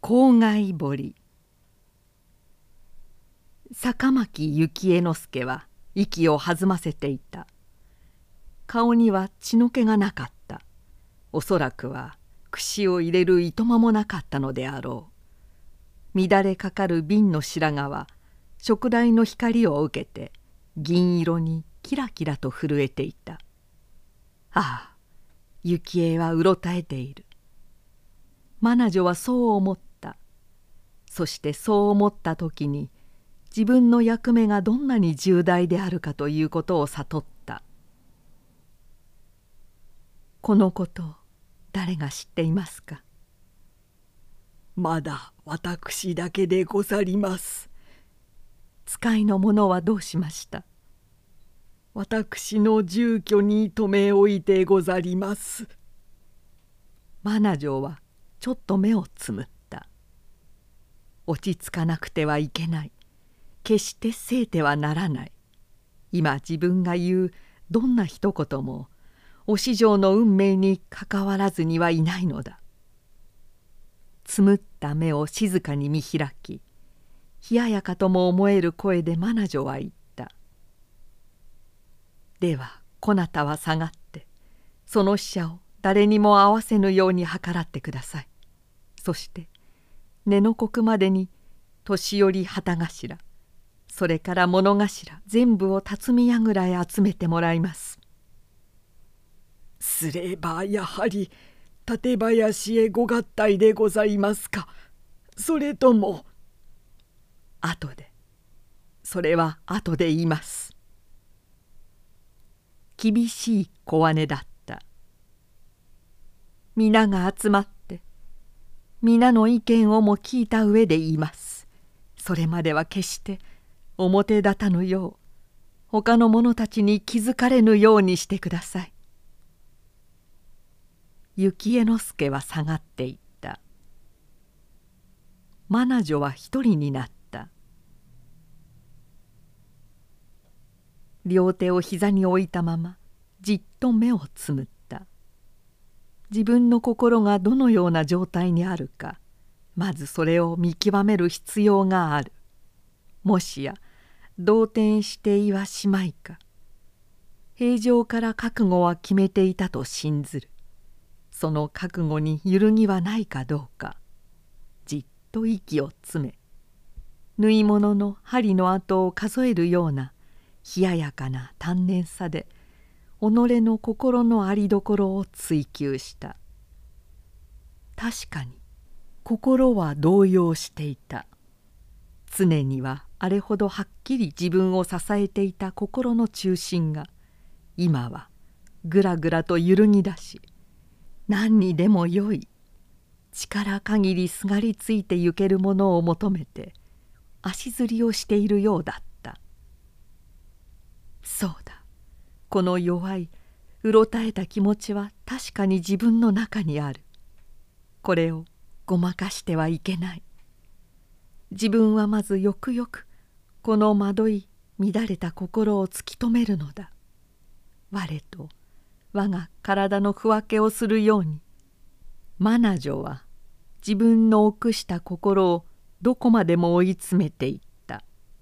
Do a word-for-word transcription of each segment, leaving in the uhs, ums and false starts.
郊外堀。坂巻幸恵之助は息を弾ませていた。顔には血の気がなかった。おそらくは櫛を入れるいとまもなかったのであろう。乱れかかる瓶の白髪は燭台の光を受けて銀色にキラキラと震えていた。ああ、幸恵はうろたえている。愛女はそう思った。そしてそう思った時に自分の役目がどんなに重大であるかということを悟った。このことを誰が知っていますか？ まだ私だけでござります。 使いの者はどうしました？ 私の住居に留め置いてござります。 愛女はちょっと目をつむった。落ち着かなくてはいけない。決してせいてはならない。今自分が言うどんな一言もお師匠の運命に関わらずにはいないのだ。つむった目を静かに見開き、冷ややかとも思える声で愛女は言った。ではこなたは下がってその使者を誰にも会わせぬように計らってください。そして根の国までに年寄り旗頭、それから物頭全部を辰巳櫓へ集めてもらいます。 すればやはり館林へご合体でございますか？それとも… 後で、それは後で言います。厳しい小姉だった。皆が集まって皆の意見をも聞いた上で言います。それまでは決して表立たぬよう他の者たちに気づかれぬようにしてください。幸恵之助は下がっていった。愛女は一人になった。両手を膝に置いたままじっと目をつむった。自分の心がどのような状態にあるか、まずそれを見極める必要がある。もしや動転していはしまいか。平常から覚悟は決めていたと信ずる。その覚悟に揺るぎはないかどうか。じっと息を詰め、縫い物の針の跡を数えるような冷ややかな丹念さで己の心のありどころを追求した。確かに心は動揺していた。常にはあれほどはっきり自分を支えていた心の中心が今はぐらぐらと揺るぎ出し、何にでもよい力限りすがりついてゆけるものを求めて足ずりをしているようだった。そうだ、この弱いうろたえた気持ちは確かに自分の中にある。これをごまかしてはいけない。自分はまずよくよくこの惑い乱れた心を突き止めるのだ。我と我が体の区分けをするように。愛女は自分の臆した心をどこまでも追い詰めていった。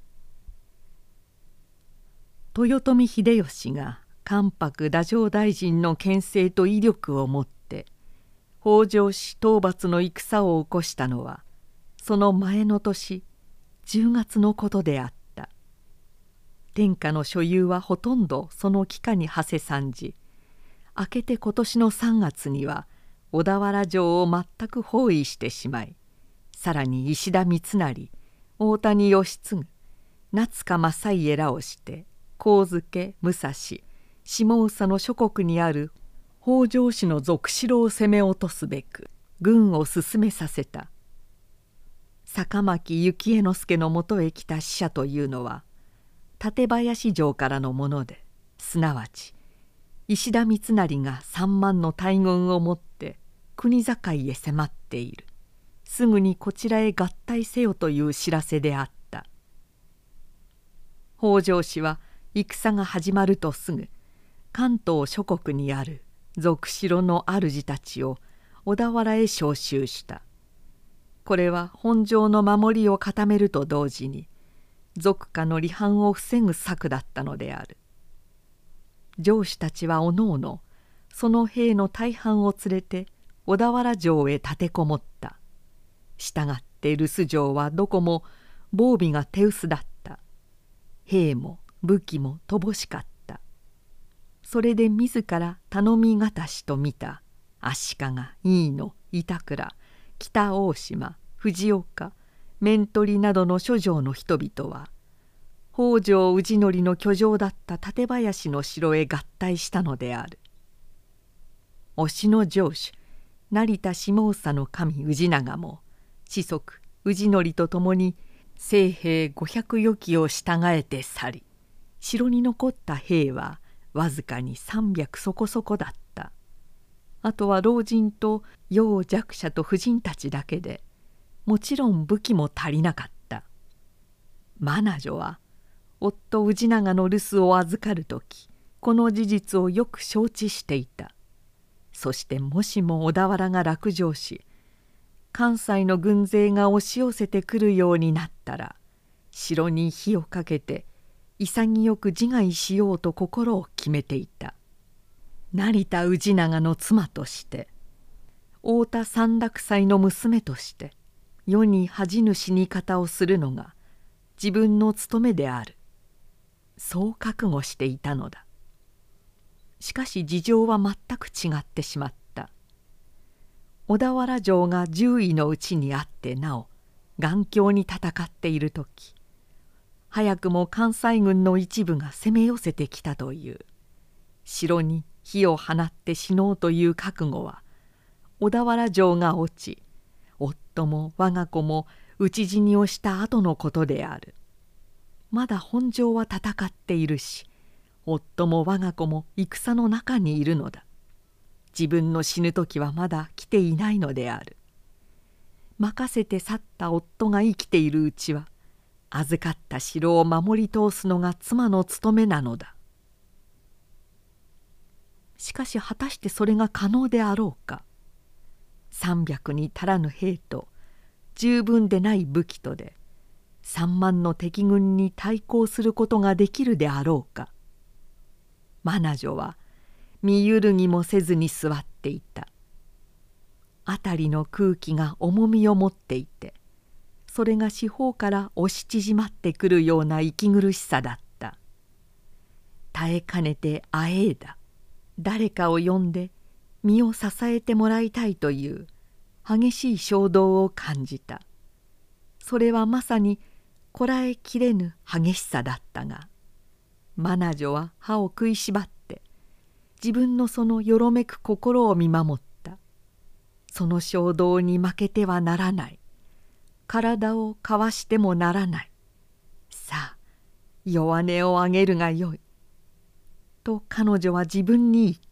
豊臣秀吉が関白太政大臣の権勢と威力をもって北条氏討伐の戦を起こしたのはその前の年じゅうがつのことであった。天下の所有はほとんどその期間にはせ参じ、明けて今年のさんがつには小田原城を全く包囲してしまい、さらに石田三成、大谷義継、夏川正家らをして上野、武蔵、下総の諸国にある北条氏の属城を攻め落とすべく軍を進めさせた。坂巻幸恵之助のもとへ来た使者というのは館林城からのもので、すなわち石田三成が三万の大軍を持って国境へ迫っている。すぐにこちらへ合体せよという知らせであった。北条氏は戦が始まるとすぐ関東諸国にある属城の主たちを小田原へ召集した。 これは本城の守りを固めると同時に賊家の離反を防ぐ策だったのである。城主たちはおのおのその兵の大半を連れて小田原城へ立てこもった。したがって留守城はどこも防備が手薄だった。兵も武器も乏しかった。それで自ら頼みがたしと見た足利、飯野、板倉、北大島、藤岡、面取などの諸城の人々は北条氏則の居城だった館林の城へ合体したのである。押しの城主成田下総の神氏長も子息氏則と共に精兵ごひゃくよきを従えて去り、城に残った兵はわずかにさんびゃくそこそこだった。あとは老人と幼弱者と婦人たちだけで、もちろん武器も足りなかった。真名女は夫氏長の留守を預かる時、この事実をよく承知していた。そしてもしも小田原が落城し、関西の軍勢が押し寄せてくるようになったら、城に火をかけて潔く自害しようと心を決めていた。成田氏長の妻として、太田三楽斎の娘として、世に恥じぬ死に方をするのが自分の務めである。そう覚悟していたのだ。しかし事情は全く違ってしまった。小田原城が獣医のうちにあってなお頑強に戦っている時、早くも関西軍の一部が攻め寄せてきたという。城に火を放って死のうという覚悟は小田原城が落ち、夫も我が子も討ち死にをした後のことである。まだ本城は戦っているし、夫も我が子も戦の中にいるのだ。自分の死ぬ時はまだ来ていないのである。任せて去った夫が生きているうちは、預かった城を守り通すのが妻の務めなのだ。しかし果たしてそれが可能であろうか。さんびゃくに足らぬ兵と十分でない武器とでさんまんの敵軍に対抗することができるであろうか。真名女は身揺るぎもせずに座っていた。辺りの空気が重みを持っていて、それが四方から押し縮まってくるような息苦しさだった。耐えかねてあえいだ。誰かを呼んで身を支えてもらいたいという激しい衝動を感じた。それはまさにこらえきれぬ激しさだったが、真名女は歯を食いしばって自分のそのよろめく心を見守った。その衝動に負けてはならない。体をかわしてもならない。さあ弱音をあげるがよい。と彼女は自分に言った。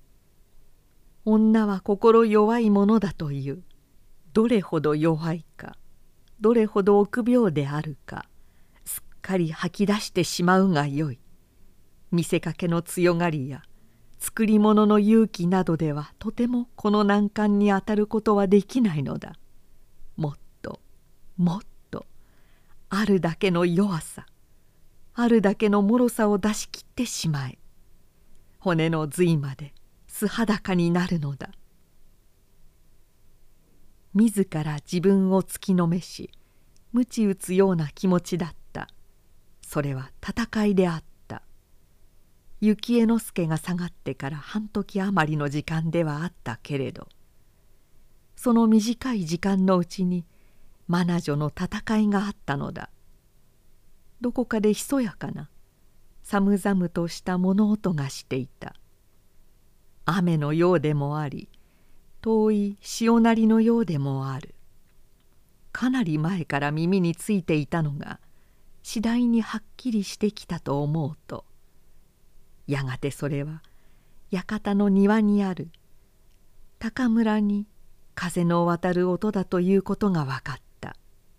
女は心弱いものだという。どれほど弱いか、どれほど臆病であるか、すっかり吐き出してしまうがよい。見せかけの強がりや作り物の勇気などではとてもこの難関に当たることはできないのだ。もっともっとあるだけの弱さ、あるだけの脆さを出し切ってしまえ。骨の髄まで素裸になるのだ。自ら自分を突きのめし鞭打つような気持ちだった。それは戦いであった。幸恵之助が下がってから半時余りの時間ではあったけれど、その短い時間のうちに真名女の戦いがあったのだ。どこかでひそやかな寒々とした物音がしていた。雨のようでもあり、遠い潮鳴りのようでもある。かなり前から耳についていたのが次第にはっきりしてきたと思うと、やがてそれは館の庭にある高村に風の渡る音だということが分かった。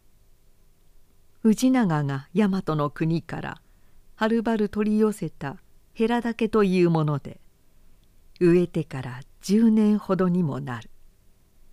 氏長が大和の国からはるばる取り寄せた平竹というもので、植えてからじゅうねんほどにもなる。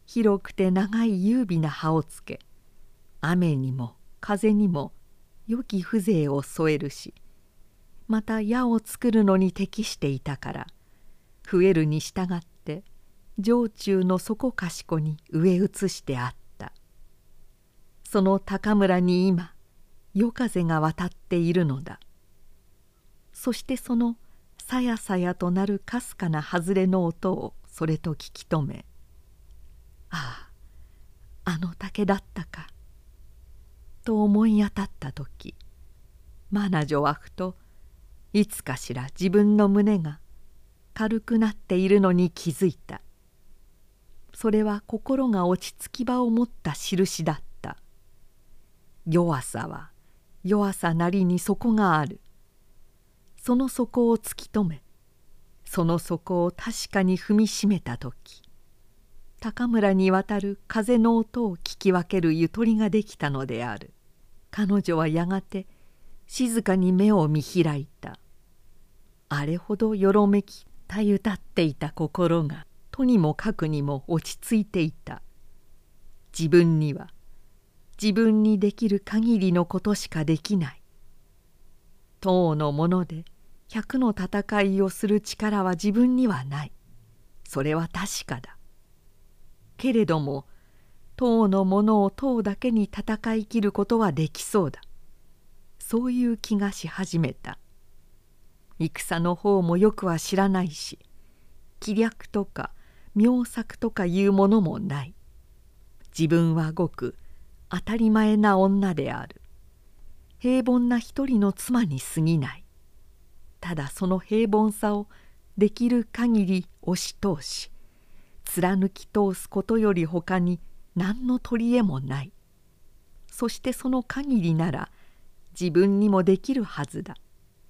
広くて長い優美な葉をつけ、雨にも風にも良き風情を添えるし、また矢を作るのに適していたから、増えるに従って城中のそこかしこに植え移してあった。その高村に今夜風が渡っているのだ。そしてそのさやさやとなるかすかな外れの音をそれと聞き止め、ああ、あの竹だったかと思い当たった時、マナ女はふといつかしら自分の胸が軽くなっているのに気づいた。それは心が落ち着き場を持った印だった。弱さは弱さなりに底がある。その底を突き止め、その底を確かに踏みしめた時、高村に渡る風の音を聞き分けるゆとりができたのである。彼女はやがて静かに目を見開いた。あれほどよろめきたゆたっていた心がとにもかくにも落ち着いていた。自分には自分にできる限りのことしかできない。十のもので百の戦いをする力は自分にはない。それは確かだ。けれども十のものを十だけに戦い切ることはできそうだ。そういう気がし始めた。戦の方もよくは知らないし、気略とか妙策とかいうものもない。自分はごく当たり前な女である。平凡な一人の妻に過ぎない。ただその平凡さをできる限り押し通し、貫き通すことよりほかに何の取り柄もない。そしてその限りなら自分にもできるはずだ。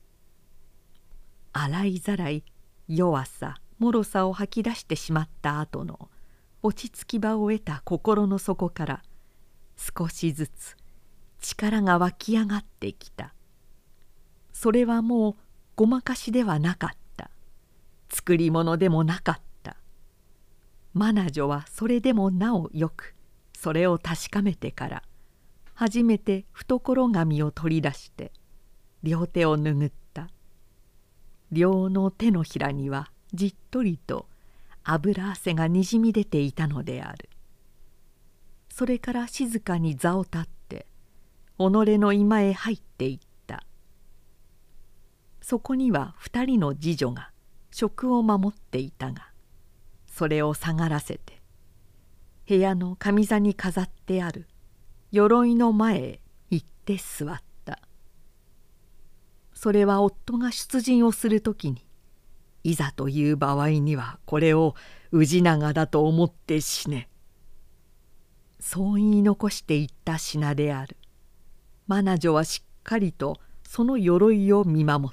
洗いざらい弱さ脆さを吐き出してしまった後の落ち着き場を得た心の底から少しずつ力が湧き上がってきた。それはもうごまかしではなかった。作り物でもなかった。マナ女はそれでもなおよくそれを確かめてから初めて懐紙を取り出して両手を拭った。両の手のひらにはじっとりと油汗がにじみ出ていたのである。それから静かに座を立って己の居間へ入っていった。そこには二人の次女が職を守っていたが、それを下がらせて部屋の上座に飾ってある鎧の前へ行って座った。それは夫が出陣をするときに、いざという場合にはこれを氏長だと思って死ね、そう言い残していった品である。マナ女はしっかりとその鎧を見守った。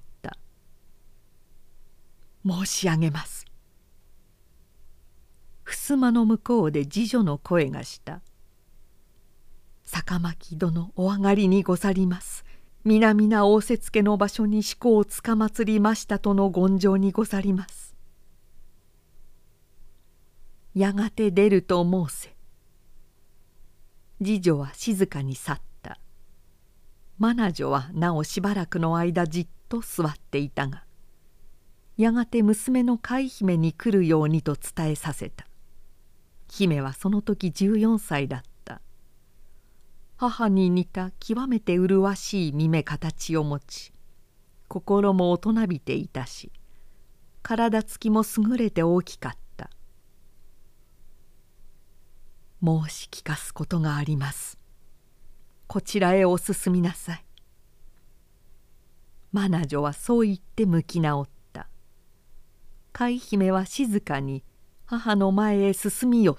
申し上げます。襖の向こうで次女の声がした。坂巻殿お上がりにござります。南な仰せつけの場所に四股をつかまつりましたとの言上にござります。やがて出ると申せ。次女は静かに去った。マナ女はなおしばらくの間じっと座っていたが、やがて娘の海姫に来るようにと伝えさせた。姫はその時じゅうよんさいだった。母に似た極めて麗しい見目形を持ち、心も大人びていたし、体つきも優れて大きかった。申し聞かすことがあります。こちらへお進みなさい。マナ女はそう言って向き直った。海姫は静かに母の前へ進み寄った。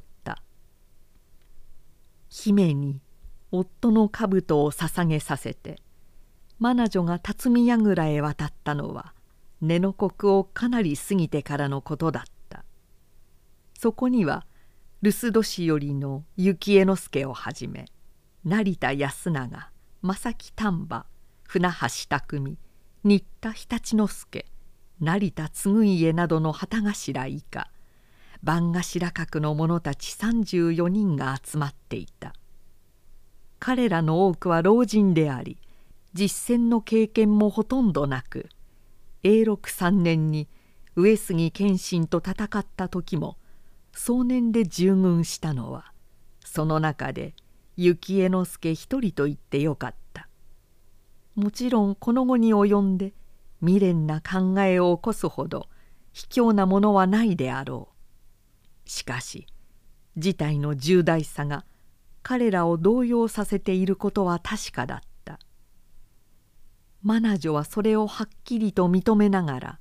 姫に夫の兜を捧げさせて、マナ女が辰巳櫓へ渡ったのは寝の刻をかなり過ぎてからのことだった。そこには留守年寄りの幸恵之助をはじめ、成田安永、正木丹波、船橋匠、新田常陸之助、成田嗣家などの旗頭以下、 番頭格の者たちさんじゅうよにんが集まっていた。彼らの多くは老人であり、実戦の経験もほとんどなく、永禄さんねんに上杉謙信と戦った時も壮年で従軍したのは、その中で幸恵之助一人と言ってよかった。もちろんこの後に及んで未練な考えを起こすほど卑怯なものはないであろう。しかし事態の重大さが彼らを動揺させていることは確かだった。マナ女はそれをはっきりと認めながら、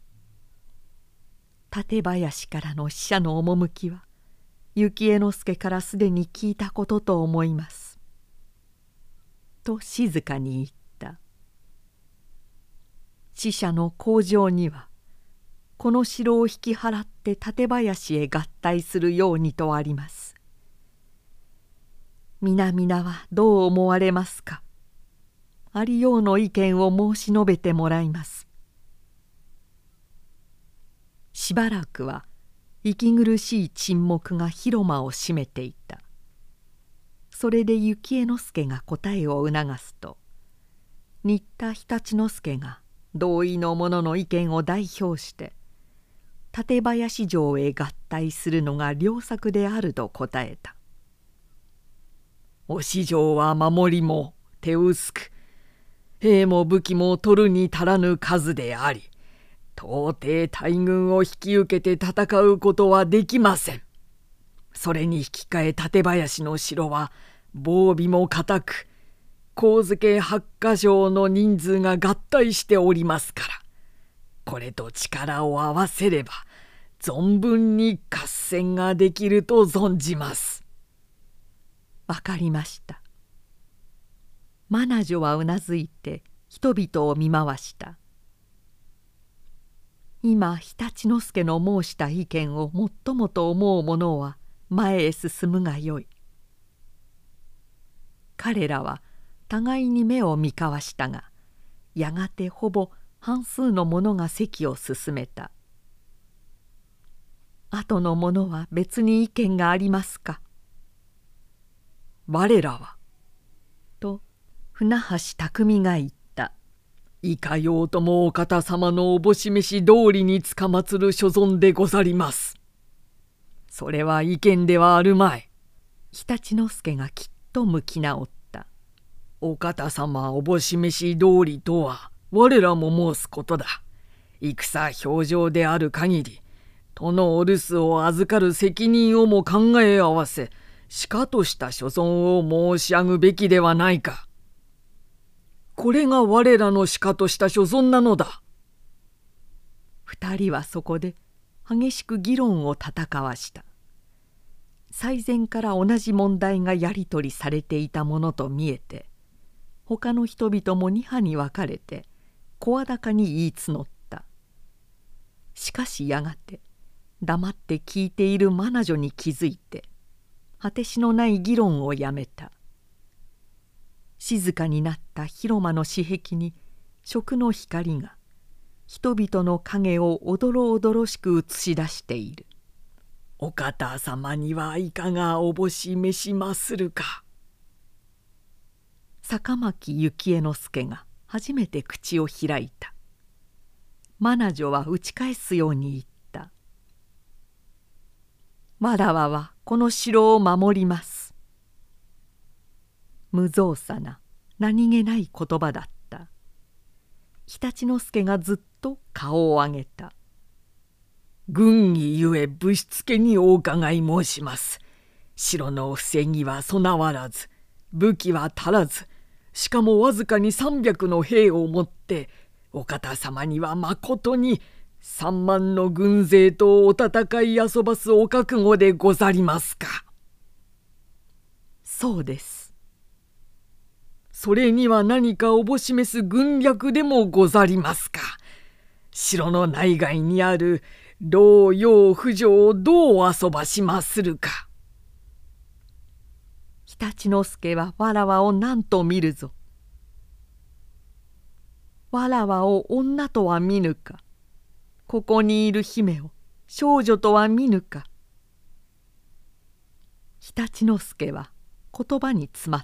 館林からの使者の趣は幸恵之助からすでに聞いたことと思います。と静かに言った。使者の口上には、この城を引き払って館林へ合体するようにとあります。皆々はどう思われますか。ありようの意見を申し述べてもらいます。しばらくは息苦しい沈黙が広間を占めていた。それで幸恵之助が答えを促すと、新田常陸之助が同意の者の意見を代表して館林城へ合体するのが良策であると答えた。 お市城は守りも手薄く、兵も武器も取るに足らぬ数であり、到底大軍を引き受けて戦うことはできません。それに引き換え館林の城は防備も固く、上野八ヶ城の人数が合体しておりますから、これと力を合わせれば存分に合戦ができると存じます。 わかりました。マナ女はうなずいて人々を見回した。今常陸之助の申した意見をもっともと思う者は前へ進むがよい。彼らは互いに目を見交わしたが、やがてほぼ半数の者が席を進めた。後の者は別に意見がありますか。 我らは、 と船橋匠が言った。 いかようともお方様のおぼしめし通りにつかまつる所存でござります。それは意見ではあるまい。 常陸之助がきっと向き直った。 お方様おぼしめし通りとは我らも申すことだ。戦表情である限り、殿お留守を預かる責任をも考え合わせ、しかとした所存を申し上ぐべきではないか。これが我らのしかとした所存なのだ。 二人はそこで激しく議論を戦わした。最前から同じ問題がやり取りされていたものと見えて、他の人々も二派に分かれて声高に言い募った。しかしやがて黙って聞いているマナ女に気づいて、果てしのない議論をやめた。静かになった広間の私壁に食の光が人々の影をおどろおどろしく映し出している。 お方様にはいかがおぼし召しまするか。 坂巻幸恵之助が初めて口を開いた。マナ女は打ち返すように言った。わらわはこの城を守ります。無造作な何気ない言葉だった。常陸之助がずっと顔を上げた。 軍議ゆえぶしつけにお伺い申します。城の防ぎは備わらず、武器は足らず、しかもわずかにさんびゃくの兵をもって、お方様にはまことにさんまんの軍勢とお戦い遊ばすお覚悟でござりますか。 そうです。 それには何かおぼしめす軍略でもござりますか。城の内外にある老幼婦女をどう遊ばしまするか。 常陸之助はわらわを何と見るぞ。わらわを女とは見ぬか。ここにいる姫を少女とは見ぬか。常陸之助は言葉に詰まった。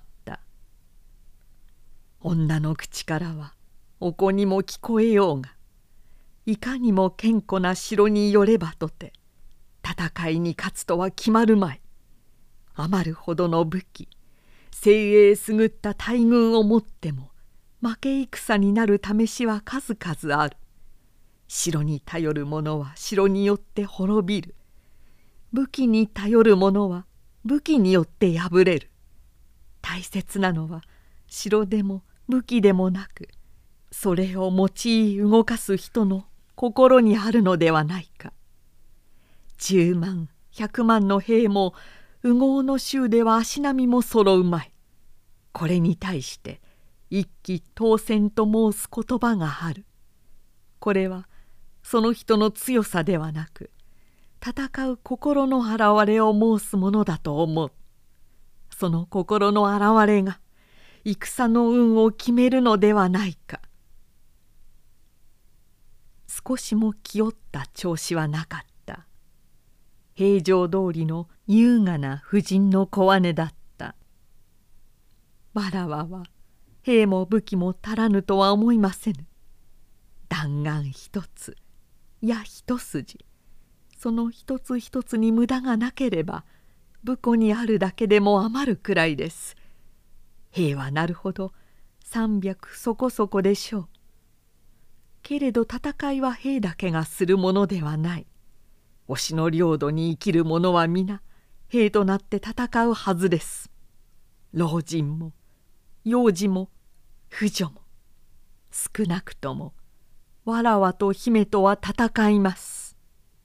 女の口からはお子にも聞こえようが、いかにも堅固な城に寄ればとて戦いに勝つとは決まるまい。余るほどの武器、精鋭すぐった大軍をもっても負け戦になる試しは数々ある。城に頼る者は城によって滅びる。武器に頼る者は武器によって敗れる。大切なのは城でも武器でもなく、それを用い動かす人の心にあるのではないか。十万百万の兵も右往の衆では足並みも揃うまい。これに対して一騎当選と申す言葉がある。これはその人の強さではなく、戦う心の表れを申すものだと思う。その心の表れが戦の運を決めるのではないか。少しも気負った調子はなかった。平常通りの優雅な婦人の小姉だった。わらわは兵も武器も足らぬとは思いませぬ。弾丸一つや一筋、その一つ一つに無駄がなければ武庫にあるだけでも余るくらいです。兵はなるほど三百そこそこでしょう。けれど戦いは兵だけがするものではない。推しの領土に生きる者は皆兵となって戦うはずです。老人も幼児も婦女も、少なくともわらわと姫とは戦います。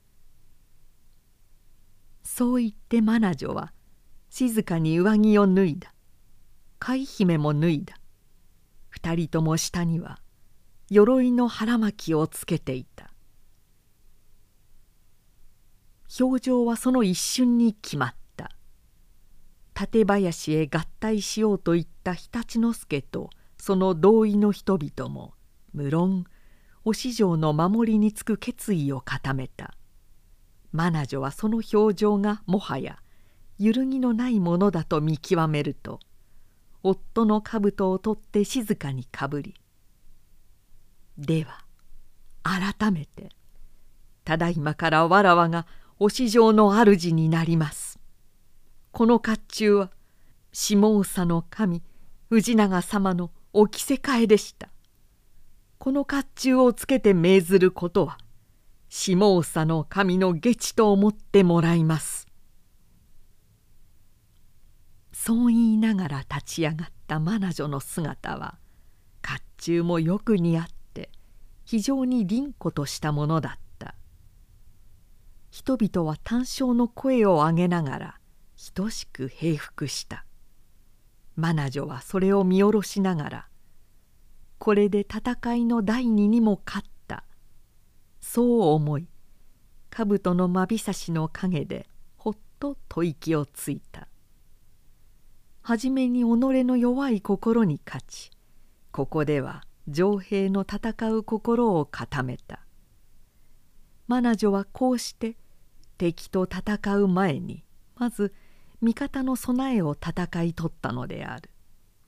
そう言ってマナ女は静かに上着を脱いだ。貝姫も脱いだ。二人とも下には鎧の腹巻きをつけていた。表情はその一瞬に決まった。館林へ合体しようと言った常陸之助とその同意の人々も無論忍城の守りにつく決意を固めた。マナ女はその表情がもはや揺るぎのないものだと見極めると、夫の兜を取って静かにかぶり、では改めてただいまからわらわが忍城の主になります。この甲冑は下総の神氏長様のお着せ替えでした。この甲冑をつけて命ずることは下総の神の下知と思ってもらいます。そう言いながら立ち上がったマナ女の姿は甲冑もよく似合って非常に凛子としたものだった。人々は短笑の声を上げながら等しく平服した。マナ女はそれを見下ろしながら、これで戦いの第二にも勝った、そう思い兜のまびさしの陰でほっと吐息をついた。はじめに己の弱い心に勝ち、ここでは城兵の戦う心を固めた。マナ女はこうして敵と戦う前にまず味方の備えを戦い取ったのである。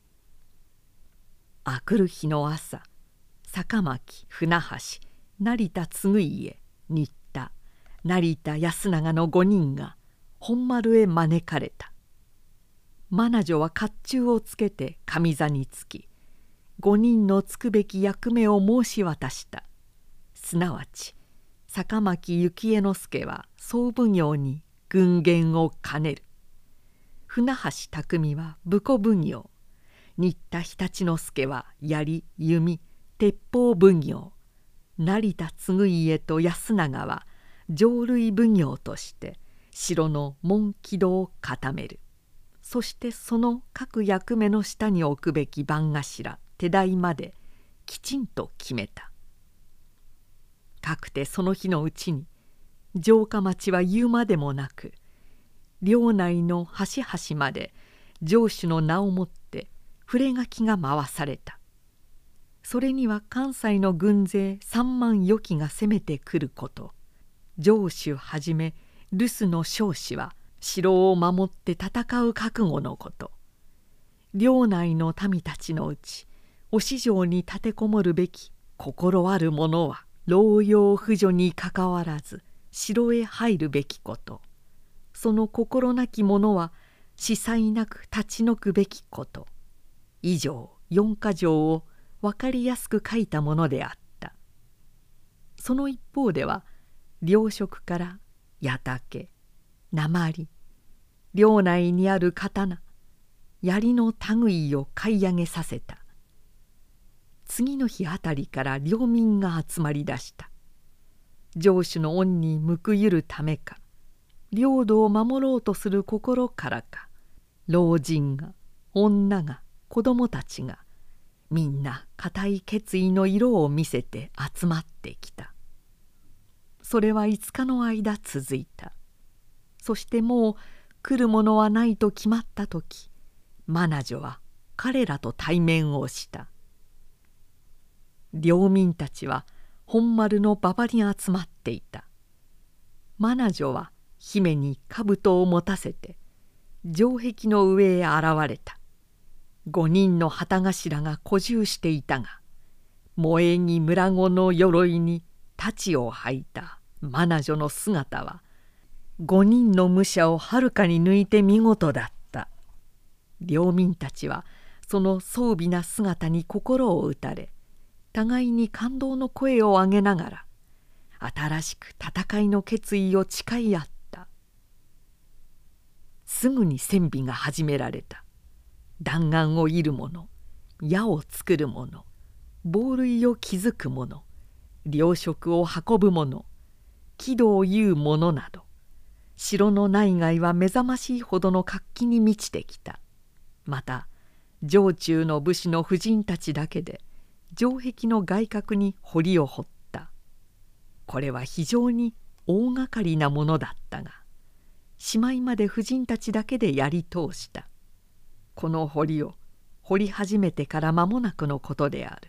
あくる日の朝、坂巻、船橋、成田継家、新田、成田安永の五人が本丸へ招かれた。マナ女は甲冑をつけて上座につき、五人のつくべき役目を申し渡した。すなわち坂巻幸恵之助は総奉行に軍言を兼ねる。船橋匠は武庫奉行、新田常陸之助は槍弓鉄砲奉行、成田継家と安永は上類奉行として城の門軌道を固める。そしてその各役目の下に置くべき番頭手代まできちんと決めた。かくてその日のうちに城下町は言うまでもなく、領内の端々まで城主の名をもって触れ書きが回された。それには関西の軍勢三万余騎が攻めてくること、 城主はじめ留守の将士は城を守って戦う覚悟のこと。領内の民たちのうち忍城に立てこもるべき心ある者は老幼婦女にかかわらず城へ入るべきこと。その心なき者は司祭なく立ち退くべきこと。以上四か条を分かりやすく書いたものであった。その一方では領職から矢竹、鉛、領内にある刀、槍の類を買い上げさせた。次の日あたりから領民が集まりだした。城主の恩に報いるためか、領土を守ろうとする心からか、老人が、女が、子供たちがみんな固い決意の色を見せて集まってきた。それはいつかの間続いた。そしてもう来るものはないと決まった時、マナ女は彼らと対面をした。領民たちは本丸の馬場に集まっていた。マナ女は姫に兜を持たせて城壁の上へ現れた。五人の旗頭が固従していたが、萌えに村子の鎧に太刀を履いたマナ女の姿は五人の武者をはるかに抜いて見事だった。領民たちはその壮美な姿に心を打たれ、互いに感動の声を上げながら新しく戦いの決意を誓い合った。すぐに戦備が始められた。弾丸を射る者、矢を作る者、防塁を築く者、糧食を運ぶ者、木戸を言う者など、城の内外は目覚ましいほどの活気に満ちてきた。また城中の武士の婦人たちだけで城壁の外郭に堀を掘った。これは非常に大掛かりなものだったが、しまいまで婦人たちだけでやり通した。この堀を掘り始めてから間もなくのことである。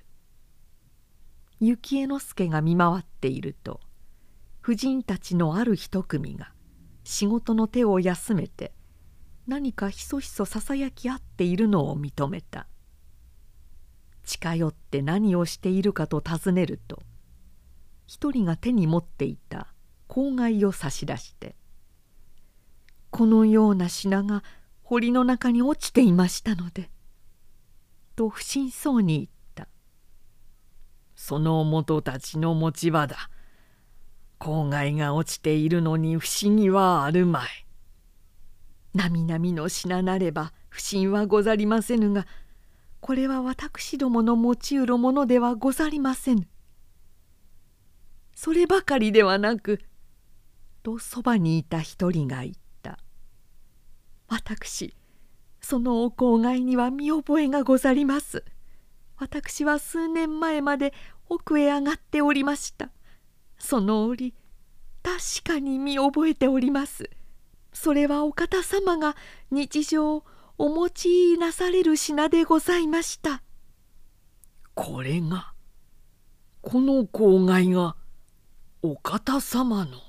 幸恵之助が見回っていると、婦人たちのある一組が仕事の手を休めて何かひそひそささやき合っているのを認めた。近寄って何をしているかと尋ねると、一人が手に持っていた香蓋を差し出して「このような品が堀の中に落ちていましたので」と不審そうに言った。 その元たちの持ち場だ。香蓋が落ちているのに不思議はあるまい。 なみなみの品なれば不審はござりませぬが、これは私どもの持ちうるものではござりませぬ。そればかりではなく、とそばにいた一人が言った。私、そのお香蓋には見覚えがござります。私は数年前まで奥へ上がっておりました。その折、確かに見覚えております。それはお方様が日常お持ちなされる品でございました。 これが、この香蓋がお方様の。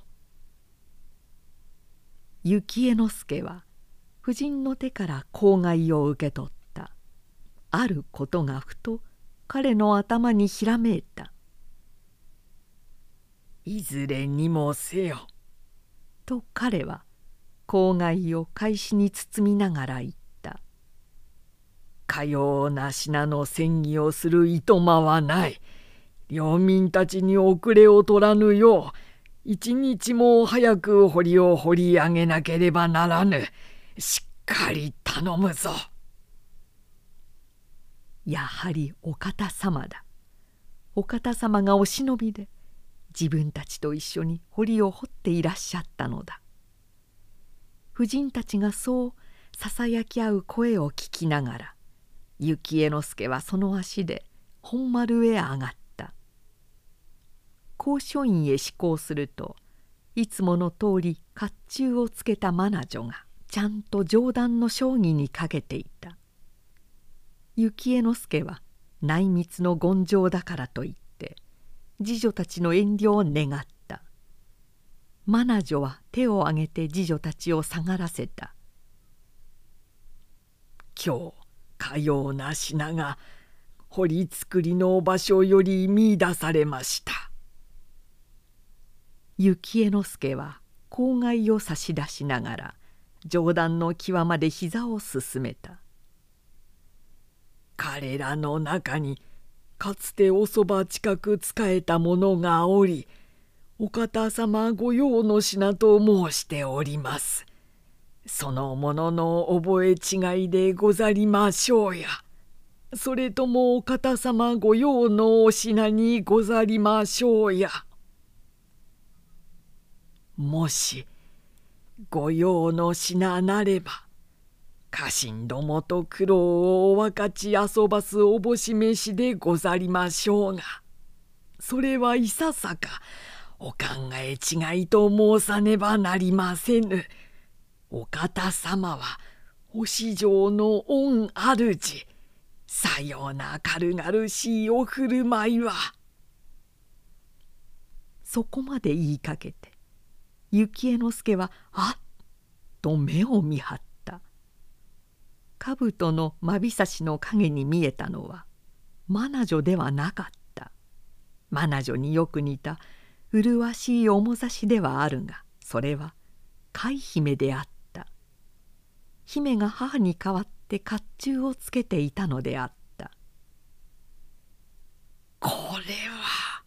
幸恵之助は婦人の手から香蓋を受け取った。あることがふと彼の頭にひらめいた。 いずれにもせよ。 と彼は香蓋を懐紙に包みながら言った。 かような品の詮議をするいとまはない。領民たちに遅れを取らぬよう、一日も早く堀を掘り上げなければならぬ。しっかり頼むぞ。 やはりお方様だ。お方様がお忍びで自分たちと一緒に堀を掘っていらっしゃったのだ。婦人たちがそうささやき合う声を聞きながら、幸恵之助はその足で本丸へ上がった。高書院へ施行すると、いつもの通り甲冑をつけたマナ女がちゃんと上段の将棋にかけていた。幸恵之助は内密の権情だからといって次女たちの遠慮を願った。 愛女は手を挙げて次女たちを下がらせた。 今日かような品が堀造りの場所より見出されました。 幸恵之助は口外を差し出しながら上段の際まで膝を進めた。 彼らの中にかつておそば近く仕えた者がおり、お方様御用の品と申しております。その者の覚え違いでござりましょうや、それともお方様御用のお品にござりましょうや。もし御用の品なれば、家臣どもと苦労をお分かち遊ばすおぼし飯でござりましょうが、それはいささかお考え違いと申さねばなりませぬ。お方様はお市場の御主、さような軽々しいお振る舞いは。 そこまで言いかけて幸恵之助はあっと目を見張った。兜のまびさしの影に見えたのは愛女ではなかった。愛女によく似た麗しい面差しではあるが、それは貝姫であった。姫が母に代わって甲冑をつけていたのであった。 これは。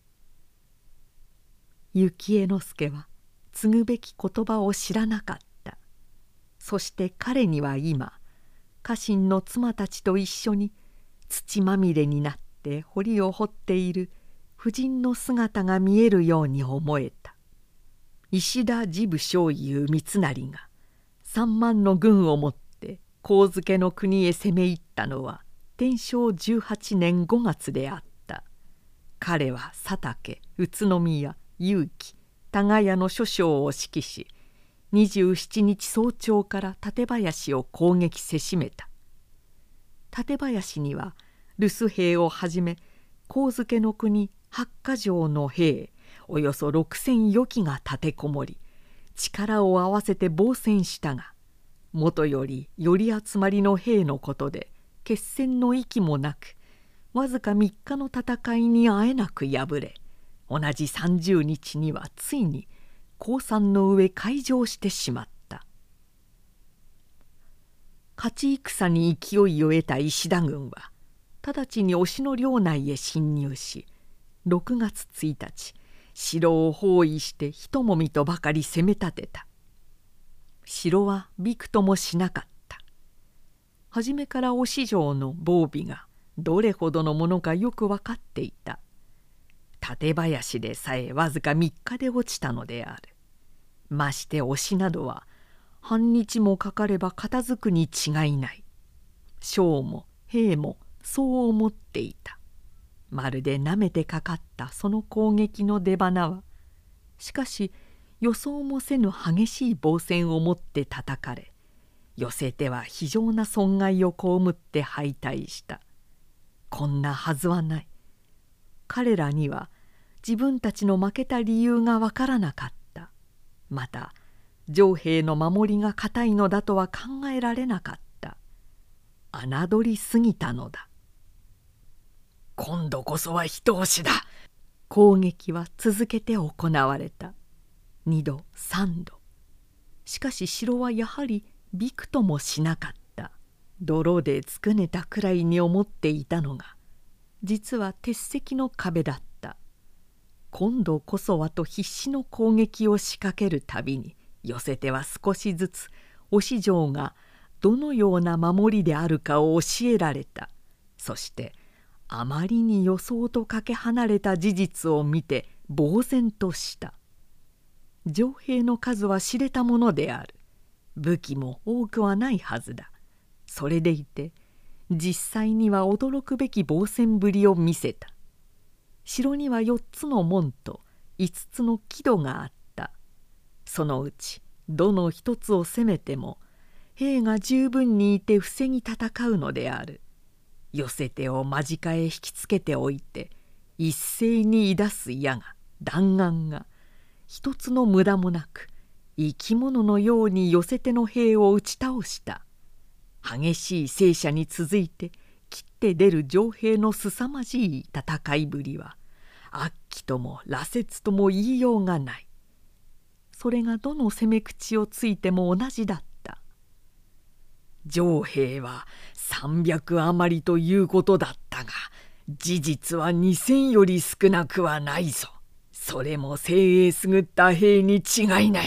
幸恵之助は継ぐべき言葉を知らなかった。そして彼には今家臣の妻たちと一緒に土まみれになって堀を掘っている婦人の姿が見えるように思えた。石田治部少尉三成が三万の軍を持って上野の国へ攻め入ったのは天正十八年五月であった。彼は佐竹、宇都宮、結城、多賀谷の諸将を指揮し、二十七日早朝から館林を攻撃せしめた。館林には留守兵をはじめ上野の国八ヶ城の兵およそ六千余騎が立てこもり、力を合わせて防戦したが、もとより寄り集まりの兵のことで決戦の息もなく、わずか三日の戦いにあえなく敗れ、同じ三十日にはついに江山の上開城してしまった。勝ち戦に勢いを得た石田軍は直ちに忍野領内へ侵入し、ろくがつついたち城を包囲してひともみとばかり攻め立てた。城はびくともしなかった。はじめからお市場の防備がどれほどのものかよく分かっていた。館林でさえわずかみっかで落ちたのである。まして押しなどは半日もかかれば片付くに違いない。将も兵もそう思っていた。まるでなめてかかったその攻撃の出花は、しかし予想もせぬ激しい防戦をもって叩かれ、寄せ手は非常な損害を被って敗退した。こんなはずはない。彼らには自分たちの負けた理由がわからなかった。また城兵の守りが固いのだとは考えられなかった。侮りすぎたのだ。 今度こそは一押しだ。 攻撃は続けて行われた。二度三度。しかし城はやはりびくともしなかった。泥でつくねたくらいに思っていたのが、実は鉄石の壁だった。今度こそはと必死の攻撃を仕掛けるたびに、寄せ手は少しずつお市場がどのような守りであるかを教えられた。そしてあまりに予想とかけ離れた事実を見て呆然とした。城兵の数は知れたものである。武器も多くはないはずだ。それでいて実際には驚くべき防戦ぶりを見せた。城にはよっつの門といつつの木戸があった。そのうちどの一つを攻めても兵が十分にいて防ぎ戦うのである。寄せ手を間近へ引きつけておいて一斉にいだす矢が弾丸が一つの無駄もなく生き物のように寄せ手の兵を打ち倒した。激しい戦車に続いて切って出る城兵のすさまじい戦いぶりは悪鬼とも羅刹とも言いようがない。それがどの攻め口をついても同じだった。 城兵はさんびゃく余りということだったが、事実はにせんより少なくはないぞ。それも精鋭優った兵に違いない。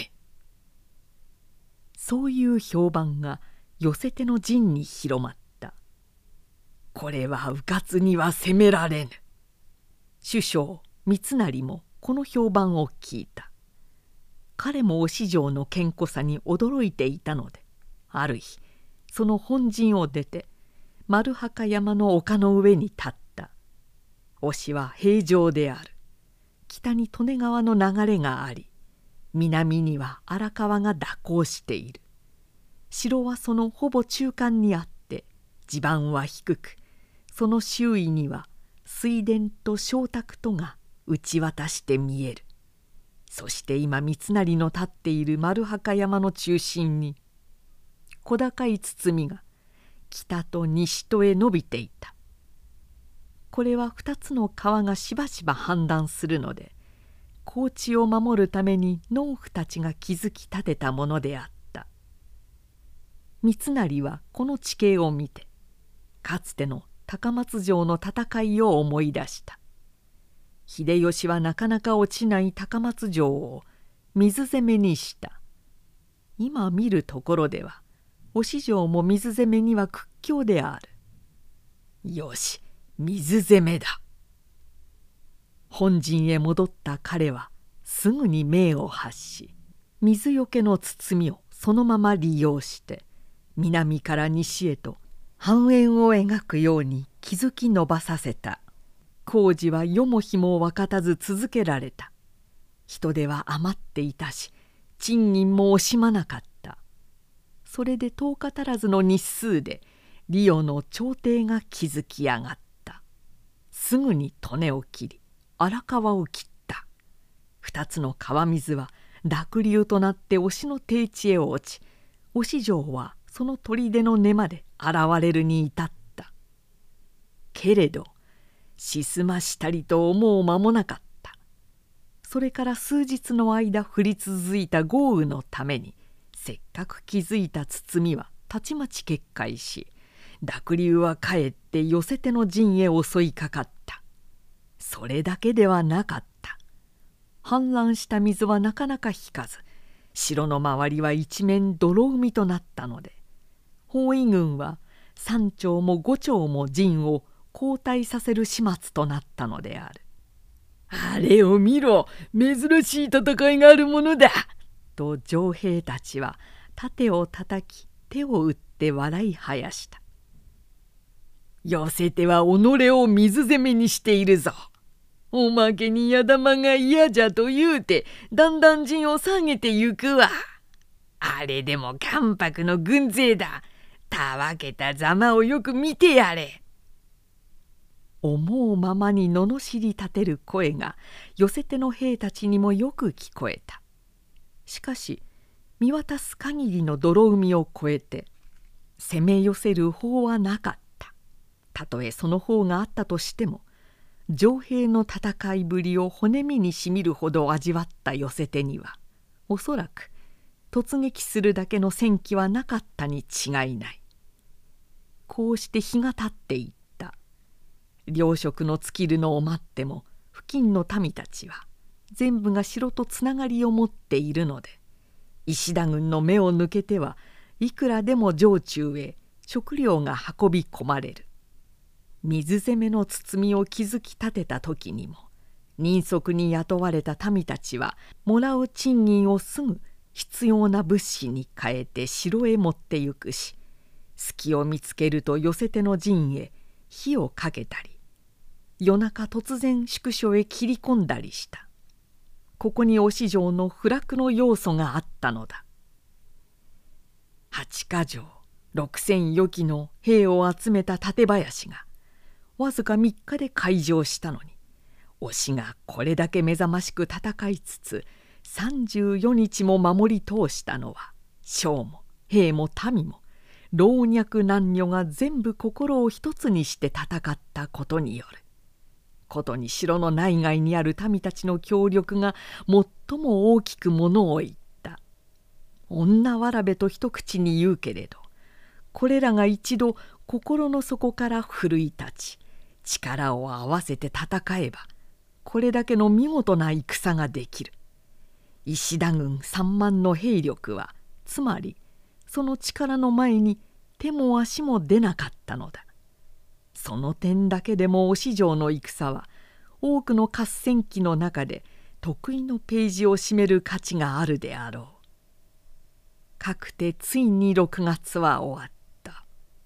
そういう評判が寄せ手の陣に広まった。 これは迂闊には攻められぬ。 首相三成もこの評判を聞いた。彼も忍城の堅固さに驚いていたので、ある日その本陣を出て丸墓山の丘の上に立った。忍は平城である。北に利根川の流れがあり、南には荒川が蛇行している。城はそのほぼ中間にあって地盤は低く、その周囲には水田と妾宅とが打ち渡して見える。そして今三成の立っている丸墓山の中心に小高い包みが北と西とへ伸びていた。これは二つの川がしばしば氾濫するので、高地を守るために農夫たちが築き立てたものであった。三成はこの地形を見て、かつての高松城の戦いを思い出した。秀吉はなかなか落ちない高松城を水攻めにした。今見るところでは忍城も水攻めには屈強である。 よし、水攻めだ。 本陣へ戻った彼はすぐに命を発し、水よけの包みをそのまま利用して南から西へと半円を描くように築き伸ばさせた。工事は夜も日も分かたず続けられた。人手は余っていたし、賃金も惜しまなかった。それで十日足らずの日数でリオの朝廷が築き上がった。すぐに利根を切り荒川を切った。二つの川水は濁流となって忍の低地へ落ち、忍城はその砦の根まで現れるに至った。けれど沈ましたりと思う間もなかった。それから数日の間降り続いた豪雨のために、せっかく築いた包みはたちまち決壊し、濁流はかえって寄せ手の陣へ襲いかかった。それだけではなかった。氾濫した水はなかなか引かず、城の周りは一面泥海となったので、包囲軍は三丁も五丁も陣を交代させる始末となったのである。 あれを見ろ、珍しい戦いがあるものだ。 と城兵たちは盾をたたき手を打って笑いはやした。 寄せ手は己を水攻めにしているぞ。おまけに矢玉が嫌じゃと言うてだんだん陣を下げてゆくわ。あれでも関白の軍勢だ。たわけたざまをよく見てやれ。 思うままに罵り立てる声が寄せ手の兵たちにもよく聞こえた。しかし見渡す限りの泥海を越えて攻め寄せる方はなかった。たとえその方があったとしても、城兵の戦いぶりを骨身にしみるほど味わった寄せ手にはおそらく突撃するだけの戦機はなかったに違いない。こうして日が経っていった。糧食の尽きるのを待っても付近の民たちは全部が城とつながりを持っているので、石田軍の目を抜けてはいくらでも城中へ食料が運び込まれる。水攻めの包みを築き立てた時にも、人足に雇われた民たちはもらう賃金をすぐ必要な物資に変えて城へ持ってゆくし、隙を見つけると寄せ手の陣へ火をかけたり、夜中突然宿所へ切り込んだりした。ここに忍城の不落の要素があったのだ。八ヶ条六千余騎の兵を集めた館林がわずか三日で開城したのに、押しがこれだけ目覚ましく戦いつつさんじゅうよにちも守り通したのは、将も兵も民も老若男女が全部心を一つにして戦ったことによる。ことに城の内外にある民たちの協力が最も大きくものを言った。女わらべと一口に言うけれど、これらが一度心の底から奮い立ち、力を合わせて戦えば、これだけの見事な戦ができる。石田軍さんまんの兵力は、つまりその力の前に手も足も出なかったのだ。その点だけでも忍城の戦は多くの合戦記の中で得意のページを占める価値があるであろう。かくてついにろくがつは終わった。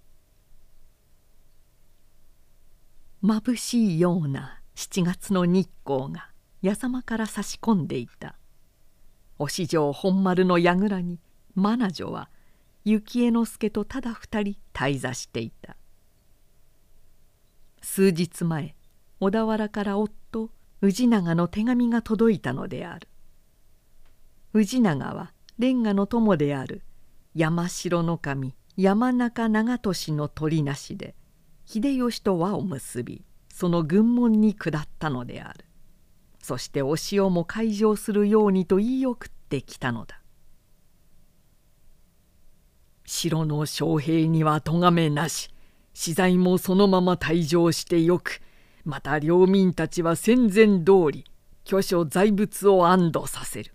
眩しいようなしちがつの日光がやさまから差し込んでいた。忍城本丸の櫓に真名女は幸恵之助とただ二人滞座していた。数日前、小田原から夫氏長の手紙が届いたのである。氏長は蓮華の友である山城守山中長俊の取りなしで秀吉と輪を結び、その軍門に下ったのである。そしてお塩も開城するようにと言い送ってきたのだ。 城の将兵には咎めなし、資材もそのまま退場してよく、また領民たちは戦前通り居所財物を安堵させる。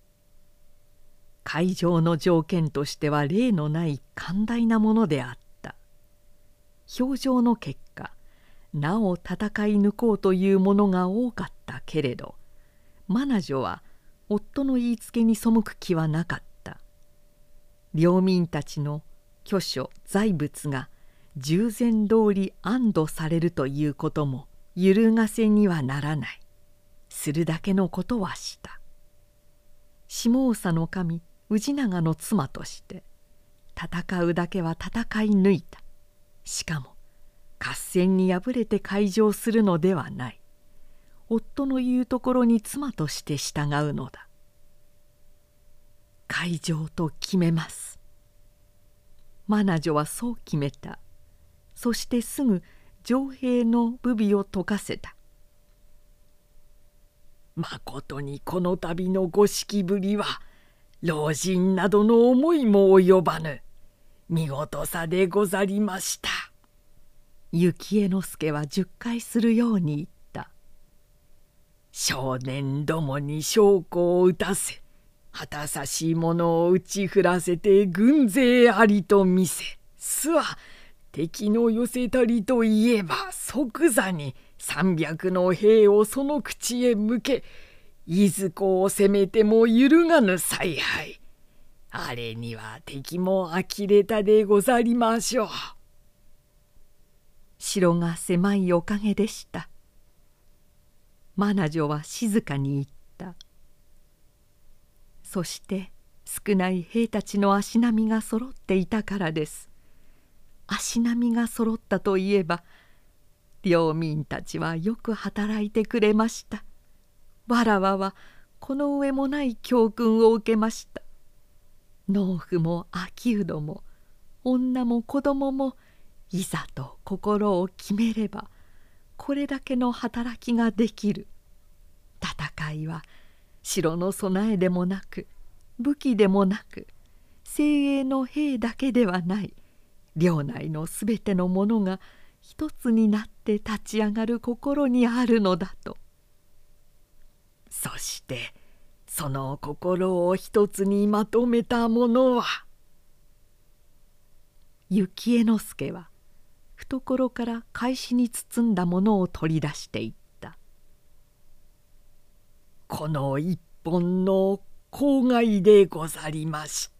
開城の条件としては例のない寛大なものであった。評定の結果、なお戦い抜こうというものが多かったけれど、真名女は夫の言いつけに背く気はなかった。領民たちの居所財物が従前通り安堵されるということも揺るがせにはならない。するだけのことはした。下総の神氏長の妻として戦うだけは戦い抜いた。しかも合戦に敗れて開城するのではない。夫の言うところに妻として従うのだ。開城と決めます。真名女はそう決めた。そしてすぐ城兵の武備を解かせた。 まことにこの度のご式ぶりは老人などの思いも及ばぬ見事さでござりました。 幸恵之助は十回するように言った。 少年どもに将校を打たせ、旗差し者を打ち振らせて軍勢ありと見せ、すは敵の寄せたりといえば即座に三百の兵をその口へ向け、いずこを攻めても揺るがぬ采配。あれには敵も呆れたでござりましょう。 城が狭いおかげでした。真名女は静かに言った。そして少ない兵たちの足並みがそろっていたからです。足並みがそろったといえば、領民たちはよく働いてくれました。わらわはこの上もない教訓を受けました。農夫も秋人も女も子供もいざと心を決めればこれだけの働きができる。戦いは城の備えでもなく武器でもなく精鋭の兵だけではない。領内のすべてのものが一つになって立ち上がる心にあるのだと。 そしてその心を一つにまとめたものは。 幸恵之助は懐から懐紙に包んだものを取り出していった。 この一本の口外でござりました。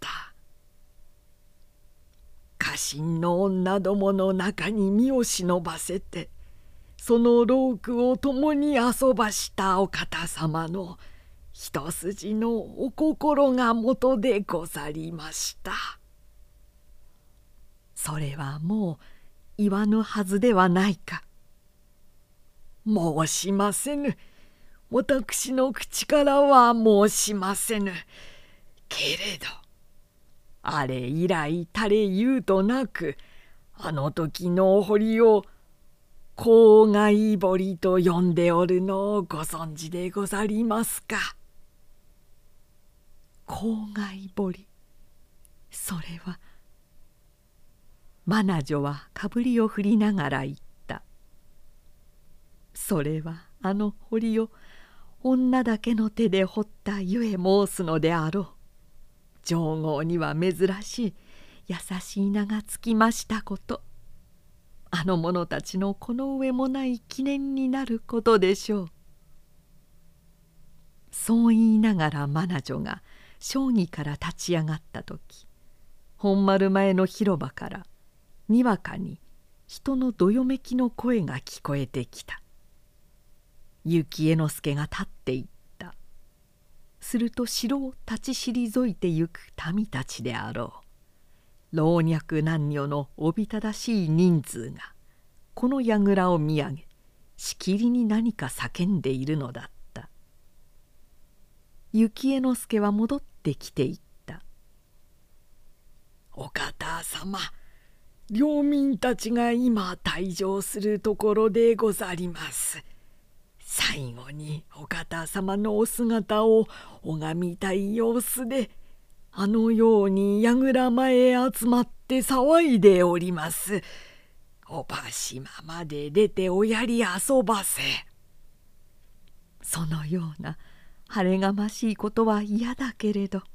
家臣の女どもの中に身を忍ばせて、その老苦を共に遊ばしたお方様の一筋のお心がもとでござりました。 それはもう言わぬはずではないか。 申しませぬ。 私の口からは申しませぬ。けれどあれ以来たれ言うとなく、あの時の堀を郊外堀と呼んでおるのをご存じでござりますか。 郊外堀、それは。マナ女はかぶりを振りながら言った。それはあの堀を女だけの手で掘ったゆえ申すのであろう。上皇には珍しい優しい名がつきましたこと。あの者たちのこの上もない記念になることでしょう。そう言いながらマナ女が将棋から立ち上がった時、本丸前の広場からにわかに人のどよめきの声が聞こえてきた。幸恵之助が立っていった。すると城を立ち退いてゆく民たちであろう。老若男女のおびただしい人数がこの櫓を見上げ、しきりに何か叫んでいるのだった。幸恵之助は戻ってきていった。 お方様、領民たちが今退場するところでござります。最後にお方様のお姿を拝みたい様子で、あのように櫓前へ集まって騒いでおります。おばしままで出ておやり遊ばせ。 そのような晴れがましいことは嫌だけれど。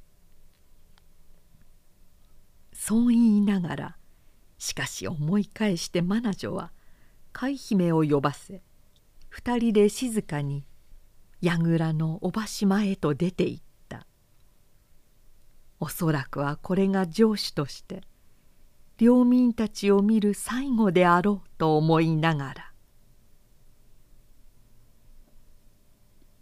そう言いながら、しかし思い返してマナ女は貝姫を呼ばせ、二人で静かに櫓のおばしまへと出て行った。おそらくはこれが城主として領民たちを見る最後であろうと思いながら、